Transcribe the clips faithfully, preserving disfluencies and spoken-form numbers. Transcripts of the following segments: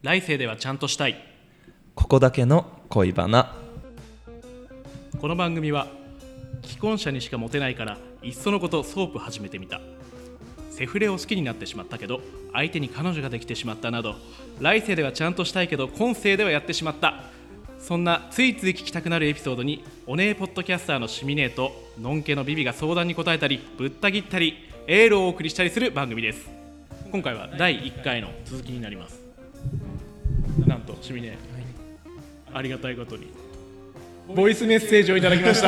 来世ではちゃんとしたい。 ここだけの恋バナ。 この番組は既婚者にしかモテないからいっそのことソープ始めてみた、セフレを好きになってしまったけど相手に彼女ができてしまったなど、来世ではちゃんとしたいけど今世ではやってしまった、そんなついつい聞きたくなるエピソードにお姉ポッドキャスターのシミネーとのんけのビビが相談に答えたりぶった切ったりエールをお送りしたりする番組です。今回はだいいっかいの続きになります。なんとシミネー、はい、ありがたいことにボイスメッセージをいただきました。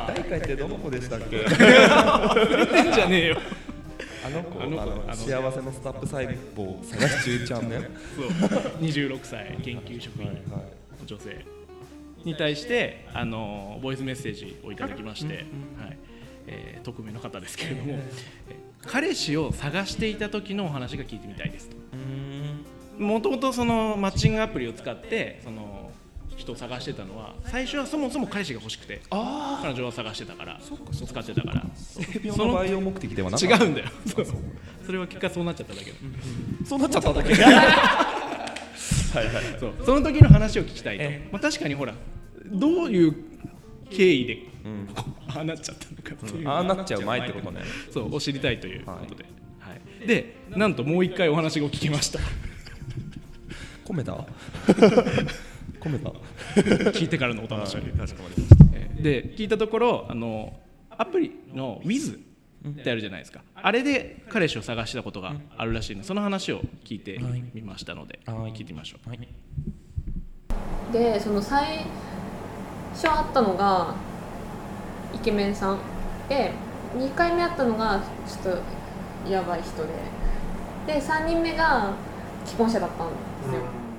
だいいっかいってどの子でしたっけ？ 忘れてんじゃねえよ。 あの子、 あの子あのあの幸せのスタップ細胞探し中ちゃんね。 そうにじゅうろくさい研究職員の女性に対してあのボイスメッセージをいただきまして、はいえー、匿名の方ですけれども、えー、彼氏を探していた時のお話が聞いてみたいですと。もともとそのマッチングアプリを使ってその人を探してたのは、最初はそもそも彼氏が欲しくて彼女を探してたから、使ってたから、 性病の培養目的ではなかった。 違うんだよ。そうそう、それは結果そうなっちゃっただけだ、 うん、そうなっちゃっただけ。はいはい、 そう、その時の話を聞きたいと、 えまあ、確かにほらどういう経緯で、 うん、 ああなっちゃったのかっていう、 うん、ああなっちゃう前ってことね。 そうを知りたいということで、はいはい、でなんともう一回お話を聞きました。 込めた込めた聞いてからのお楽しみ。 かしこまりました。 で聞いたところ、あのアプリの ウィズ ってあるじゃないですか、あれで彼氏を探したことがあるらしいので、その話を聞いてみましたので、はい、聞いてみましょう。はい、 でその最初会ったのがイケメンさんで、にかいめ会ったのがちょっとやばい人で、でさんにんめが既婚者だったんですよ。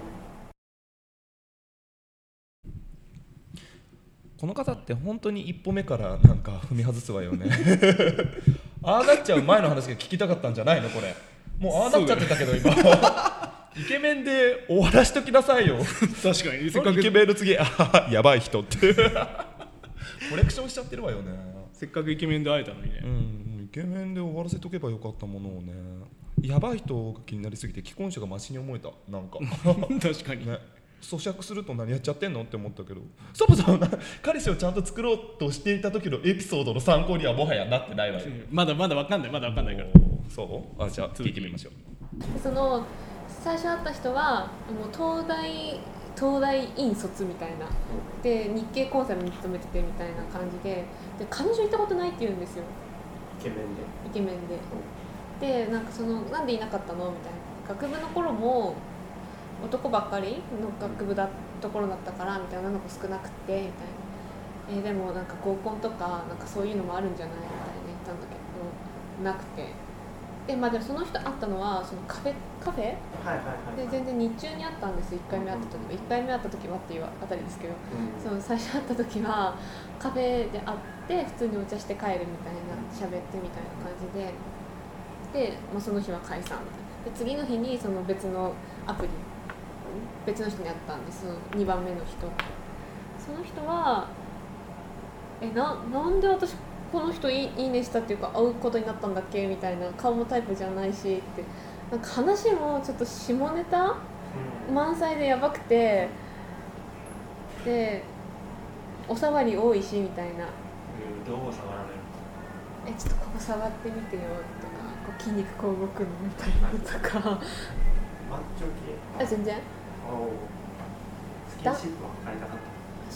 この方って本当に一歩目からなんか踏み外すわよね。ああなっちゃう前の話が聞きたかったんじゃないのこれ。もうああなっちゃってたけど今。イケメンで終わらしときなさいよ。 確かにせっかくイケメンの次、あやばい人って。コレクションしちゃってるわよね。 せっかくイケメンで会えたのにね。 うん、イケメンで終わらせとけばよかったものをね。やばい人が気になりすぎて既婚者がマシに思えた。なんか確かに、ね、 咀嚼すると何やっちゃってんのって思ったけど、そもそも彼氏をちゃんと作ろうとしていた時のエピソードの参考にはもはやなってないわよ。 まだまだ分かんないまだ分かんないから。 そうあじゃあ聞いてみましょう。 その最初会った人はもう東大東大院卒みたいなで、日系コンサルに勤めててみたいな感じで、で彼女行ったことないって言うんですよ。 イケメンでイケメンで、でなんかそのなんでいなかったのみたいな、学部の頃も男ばっかりの学部だところだったからみたいな、女の子少なくてみたいな、えー、でもなんか合コンとかなんかそういうのもあるんじゃないみたいな言ったんだけどなくて、でまあでもその人会ったのはそのカフェカフェ、はいはいはい、で全然日中に会ったんですよ。いっかいめ会った時もいっかいめ会った時はっていうあたりですけど、うん、その最初会った時はカフェで会って普通にお茶して帰るみたいな、喋ってみたいな感じで、で、まあ、その日は解散で、次の日にその別のアプリ別の人に会ったんです。にばんめの人、その人はえ な, なんで私この人い い, いいねしたっていうか会うことになったんだっけみたいな、顔もタイプじゃないしって、なんか話もちょっと下ネタ満載でやばくて、でお触り多いしみたいな、 うん、どう触られるえちょっとここ触ってみてよとか、こう筋肉こう動くのみたいなとか。 マッチョ系あ全然スキンシップはなりたかった。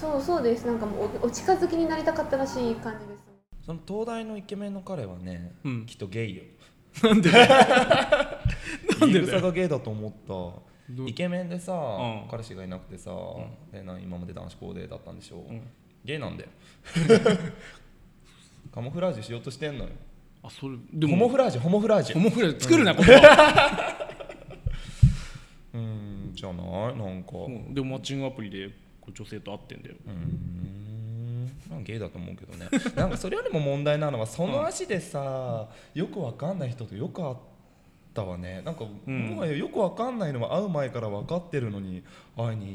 そうそうです。なんかもう お, お近づきになりたかったらしい感じです。 その東大のイケメンの彼はね、うん、きっとゲイよ。 なんでなんでだよ。 がゲイだと思った。イケメンでさ、うん、彼氏がいなくてさ、うん、でな今まで男子校でだったんでしょう、うん、ゲイなんだよ。カモフラージュしようとしてんのよ。 あそれでもホモフラージュホモフラージュホモフラージュ作るな、うん、ここうんじゃないなんか、 うん、でもマッチングアプリで女性と会ってんだよ。 うーんなんかゲイだと思うけどね。なんかそれよりも問題なのはその足でさ、うん、よくわかんない人とよく会ったわね。なんか、うん、もうよくわかんないのは会う前から分かってるのに会いに行って、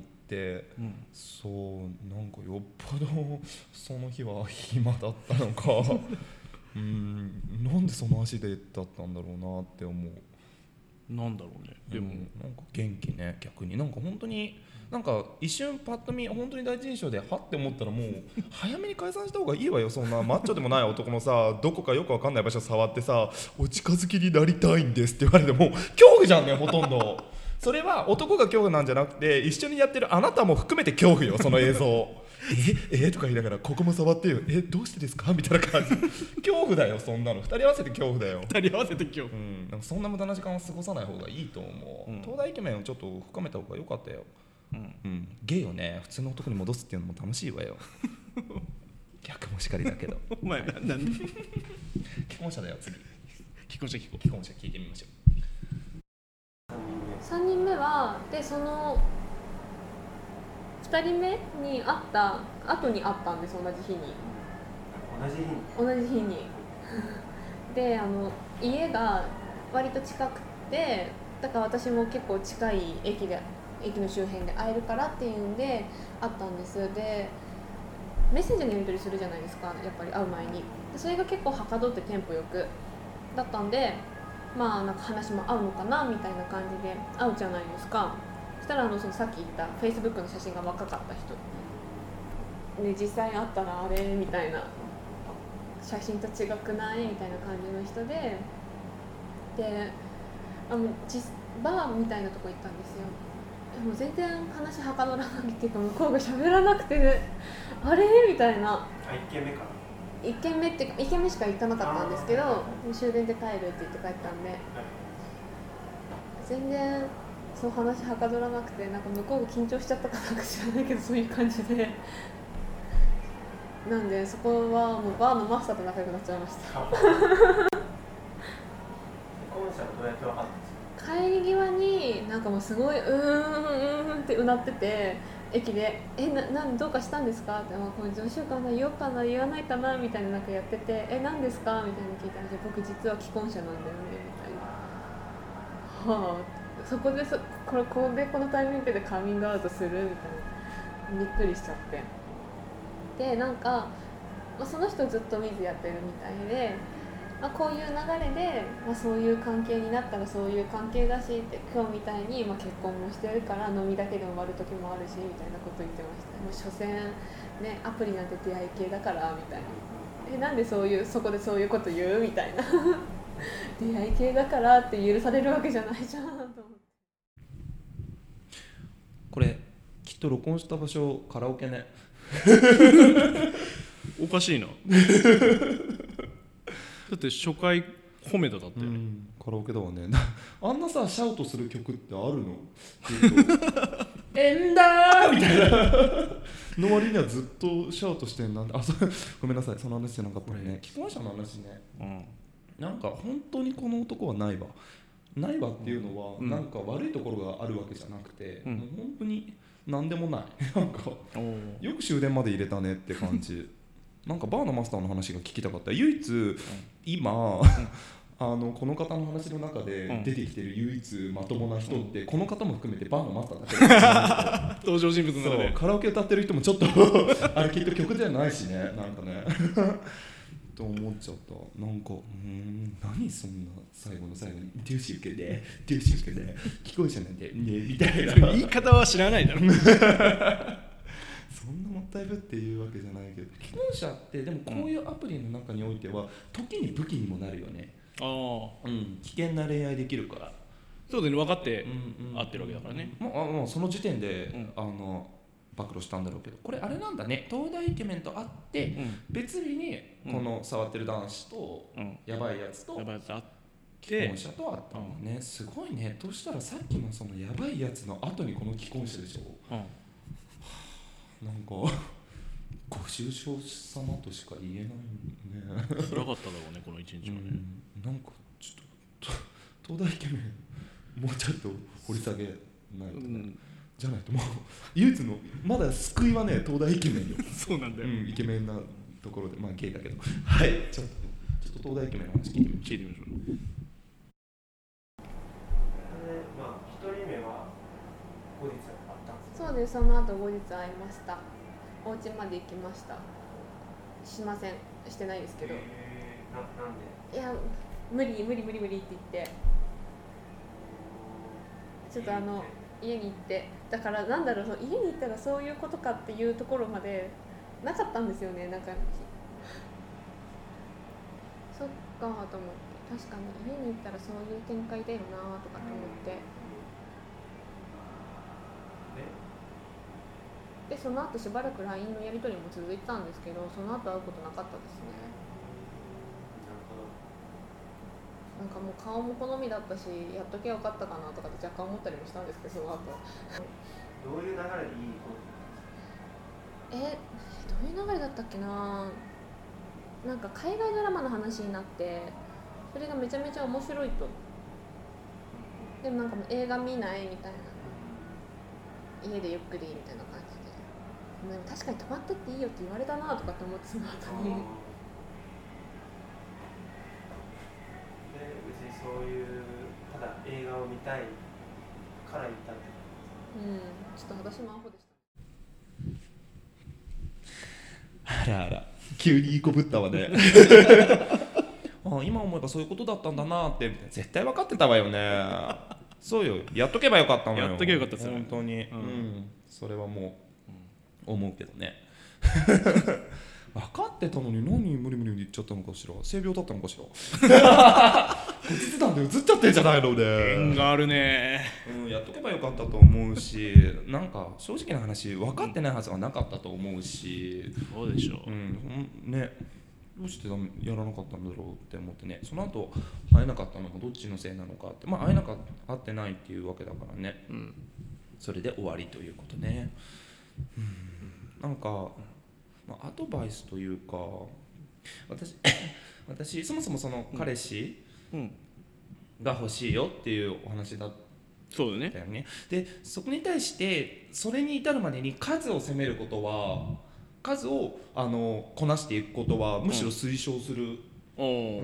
うん、そうなんかよっぽどその日は暇だったのかうんなんでその足でだったんだろうなって思う。 なんだろうね。でも、 うん、なんか元気ね。逆になんか本当になんか一瞬パッと見本当に第一印象ではって思ったらもう早めに解散した方がいいわよ。そんなマッチョでもない男のさどこかよくわかんない場所触ってさお近づきになりたいんですって言われても恐怖じゃんねほとんど。それは男が恐怖なんじゃなくて一緒にやってるあなたも含めて恐怖よその映像。ええとか言いながらここも触ってよ。えどうしてですかみたいな感じ。恐怖だよそんなの。ふたり合わせて恐怖だよ。 二人合わせて今日、 うん、なんかそんな無駄な時間を過ごさない方がいいと思う、うん、東大イケメンをちょっと深めた方が良かったよ、うんうん、ゲイをね普通の男に戻すっていうのも楽しいわよ。逆もしかりだけど。 お前ななんで既婚者だよ次。 既婚者聞こ既婚者聞いてみましょう。 さんにんめはでそのふたりめに会った後に会ったんです。同じ日に同じ日に同じ日にであの家が割と近くてだから私も結構近い駅で駅の周辺で会えるからっていうんで会ったんです。でメッセージのやり取りするじゃないですかやっぱり会う前に。でそれが結構はかどってテンポよくだったんでまあなんか話も合うのかなみたいな感じで会うじゃないですか。そしたらあのそのさっき言った Facebook の写真が若かった人で実際会ったらあれみたいな写真と違くないみたいな感じの人でであの実バーみたいなとこ行ったんですよ。でも全然話はかどらないっていうか向こうが喋らなくてあれみたいな。 あいっけんめからいっけんめっていうかいっけんめしか行かなかったんですけど終電で帰るって言って帰ったんで、はい、全然そう話はかどらなくてなんか向こうが緊張しちゃったかなんか知らないけどそういう感じでなんでそこはもうバーのマスターと仲良くなっちゃいました。 既婚者はどうやって分かったんですか？ 帰り際になんかもうすごいうーんうーんってうなってて駅で「えななんどうかしたんですか?」って「まあ、これどうしようかな言おうかな言わないかな」みたいななんかやってて「え何ですか?」みたいな聞いたら「僕実は既婚者なんだよね」みたいな。はあそこでそこれこでこのタイミングでカミングアウトするみたいなびっくりしちゃってでなんか、まあ、その人ずっと水やってるみたいで、まあ、こういう流れで、まあ、そういう関係になったらそういう関係だしって今日みたいに、まあ、結婚もしてるから飲みだけでも終わる時もあるしみたいなこと言ってました。もう所詮ねアプリなんて出会い系だからみたいな。えなんでそういうそこでそういうこと言うみたいな出会い系だからって許されるわけじゃないじゃんと思って。 これきっと録音した場所カラオケね。 おかしいな。だって初回褒めただって、うん、 カラオケだわね。あんなさシャウトする曲ってあるの？エンダーみたいなの割にはずっとシャウトしてんなんで。あそごめんなさいその話じゃなかったね。既婚者の話ね、うん、なんか本当にこの男はないわないわっていうのは、うん、なんか悪いところがあるわけじゃなくて、うん、もう本当に何でもない。なんかよく終電まで入れたねって感じ。なんかバーのマスターの話が聞きたかった。唯一、うん、今、うん、あのこの方の話の中で出てきてる唯一まともな人って、うん、この方も含めてバーのマスターだけだ登場人物の中でカラオケ歌ってる人もちょっとあれきっと曲じゃないしねなんかねと思っちゃった。なんかうーん何そんな最後の最後にデューシー受けでデューシー受けで既婚者なんてねみたいな言い方は知らないだろそんなもったいぶっていうわけじゃないけど既婚者ってでもこういうアプリの中においては時に武器にもなるよね。あ、うん、危険な恋愛できるから。 そうだね分かって会ってるわけだからね、 うんうん、もうもうその時点で、うん、あの暴露したんだろうけどこれあれなんだね。東大イケメンと会って、うん、別日にこの触ってる男子と、うん、やばいやつと、 やばいやつ会って既婚者と会ったのね、うん、すごいね。としたらさっきのそのやばいやつの後にこの既婚者でしょ、うん、はあ、なんかご愁傷様としか言えないね。 辛かっただろうねこの一日はね、うん、 なんかちょっと東大イケメンもうちょっと掘り下げないと、ね、うん、じゃないともう唯一のまだ救いはね東大イケメンよ。 そうなんだよ、 うん、イケメンなところでまあゲイだけどはいちょっとちょっと東大イケメンの話聞いてみましょう。 まあ一人目は後日会ったんですか？ そうです。その後後日会いました。お家まで行きました。しませんしてないですけど、 えー、な, なんでいや無理無理無理無理って言ってちょっとあの家に行ってだからなんだろうそう家に行ったらそういうことかっていうところまでなかったんですよね。なんかそっかと思って確かに家に行ったらそういう展開だよなとかと思ってでその後しばらく ライン のやり取りも続いてたんですけどその後会うことなかったですね。なんかもう顔も好みだったしやっとけばよかったかなとかって若干思ったりもしたんですけどその後どういう流れでいいことえどういう流れだったっけな。なんか海外ドラマの話になってそれがめちゃめちゃ面白いとでもなんかもう映画見ないみたいな家でゆっくりみたいな感じででも確かに泊まってっていいよって言われたなとかって思ってその後にで別にそういうただ映画を見たいから行ったってうんちょっと私もアホでしたあらあら急にいいこぶったわねあ今思えばそういうことだったんだなって絶対分かってたわよねそうよやっとけばよかったのよやっとけばよかったですよね本当に、 うんうん、それはもう、うん、思うけどね分かってたのに何無理無理言っちゃったのかしら性病だったのかしら後日談で映っちゃってんじゃないのね縁があるね、 うん、やっとけばよかったと思うしなんか正直な話分かってないはずはなかったと思うしそうでしょう、 うん、ねどうしてやらなかったんだろうって思ってねその後会えなかったのがどっちのせいなのかってまあ会えなか会ってないっていうわけだからね、うん、それで終わりということね、うん、なんか、まあ、アドバイスというか私私そもそもその彼氏が欲しいよっていうお話だったそうだね。 だよね。でそこに対してそれに至るまでに数を責めることは数をあのこなしていくことはむしろ推奨する、うんうん、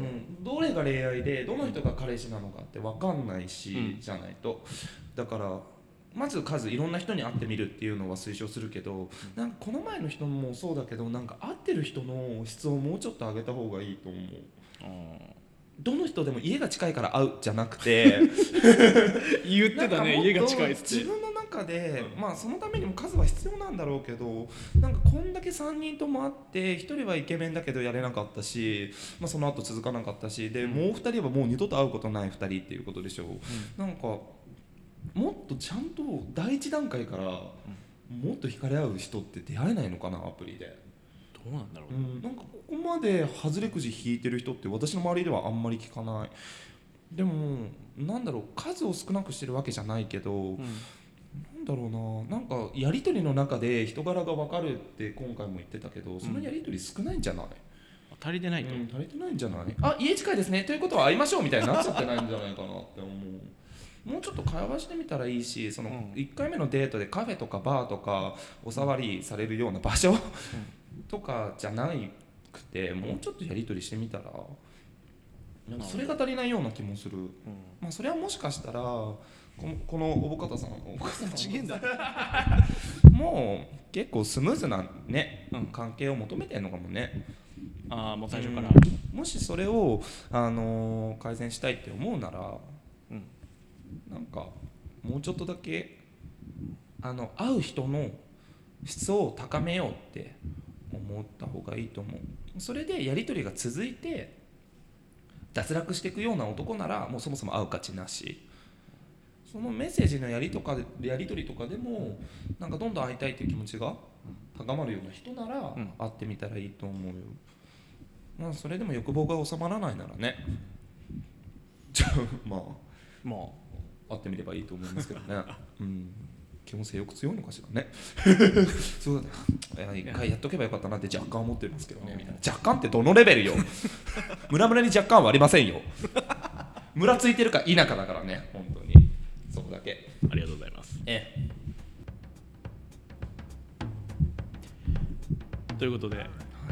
どれが恋愛でどの人が彼氏なのかって分かんないし、うん、じゃないとだからまず数いろんな人に会ってみるっていうのは推奨するけどなんかこの前の人もそうだけどなんか会ってる人の質をもうちょっと上げた方がいいと思う。どの人でも家が近いから会うじゃなくて言ってたね家が近いっつって自分の中で、うん、まあそのためにも数は必要なんだろうけどなんかこんだけさんにんとも会ってひとりはイケメンだけどやれなかったし、まあ、その後続かなかったしで、うん、もうふたりはもう二度と会うことないふたりっていうことでしょう、うん、なんかもっとちゃんと第一段階からもっと惹かれ合う人って出会えないのかなアプリで。 どうなんだろう、 うん、なんかここまで外れくじ引いてる人って私の周りではあんまり聞かない。でもなんだろう数を少なくしてるわけじゃないけど、うん、なんだろうななんかやり取りの中で人柄が分かるって今回も言ってたけどそのやり取り少ないんじゃない、うん、 足りてないと、うん、 足りてないんじゃないあ家近いですねということは会いましょうみたいになっちゃってないんじゃないかなって思う。もうちょっと会話してみたらいいしそのいっかいめのデートでカフェとかバーとかお触りされるような場所、うんとかじゃなくてもうちょっとやり取りしてみたらなんかそれが足りないような気もする、うんまあ、それはもしかしたらこの、このおぼかたさんおぼかたさんもう結構スムーズな、ねうん、関係を求めてるのかもね。 あもう最初から、 うん、もしそれを、あのー、改善したいって思うなら、うん、なんかもうちょっとだけあの会う人の質を高めようって思った方がいいと思う。それでやり取りが続いて脱落していくような男ならもうそもそも会う価値なし。そのメッセージのやりとかやり取りとかでもなんかどんどん会いたいという気持ちが高まるような人なら会ってみたらいいと思うよ。まあそれでも欲望が収まらないならねじゃあまあまあ会ってみればいいと思いますけどね。うん基本性欲強いのかしらねそうだね一回やっとけばよかったなって若干思ってますけどねみたいな。若干ってどのレベルよムラムラに若干はありませんよムラついてるか否かだからね本当にそこだけ。 ありがとうございます。 ええということで、はい、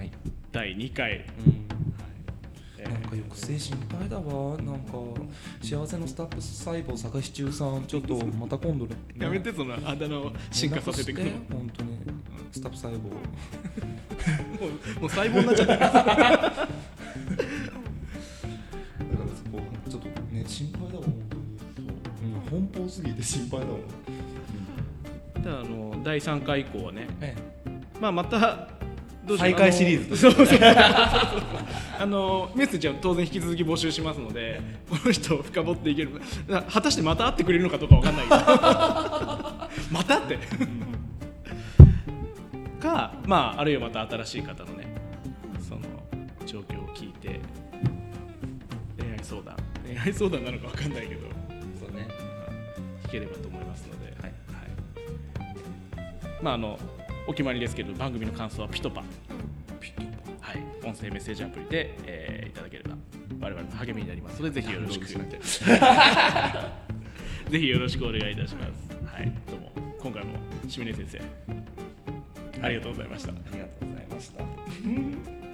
だいにかい、うんなんか抑制心配だわ。なんか幸せのスタップ細胞探し中さんちょっとまた今度、ね、 やめてそのあだ名を進化させていくの本当にスタップ細胞もう、もう細胞になっちゃっただからそこちょっとね心配だわ本当に、うん、 奔放すぎて心配だもん。 ただあのだいさんかい以降はね、 えまあ、またどうしよう再開シリーズとそうそうそうあのメッセージは当然引き続き募集しますので、この人を深掘っていける、果たしてまた会ってくれるのかどうかわかんないけどまたってか、まあ、あるいはまた新しい方のねその状況を聞いて恋愛相談恋愛相談なのかわかんないけどそうね、 聞ければと思いますので、 はいはい、まああのお決まりですけど番組の感想はピトパピトパ、はい、音声メッセージアプリで、えー、いただければ我々の励みになりますのでぜひよろしくぜひよろしくお願いいたします。はい、どうも今回も清水先生ありがとうございました。 ありがとうございました。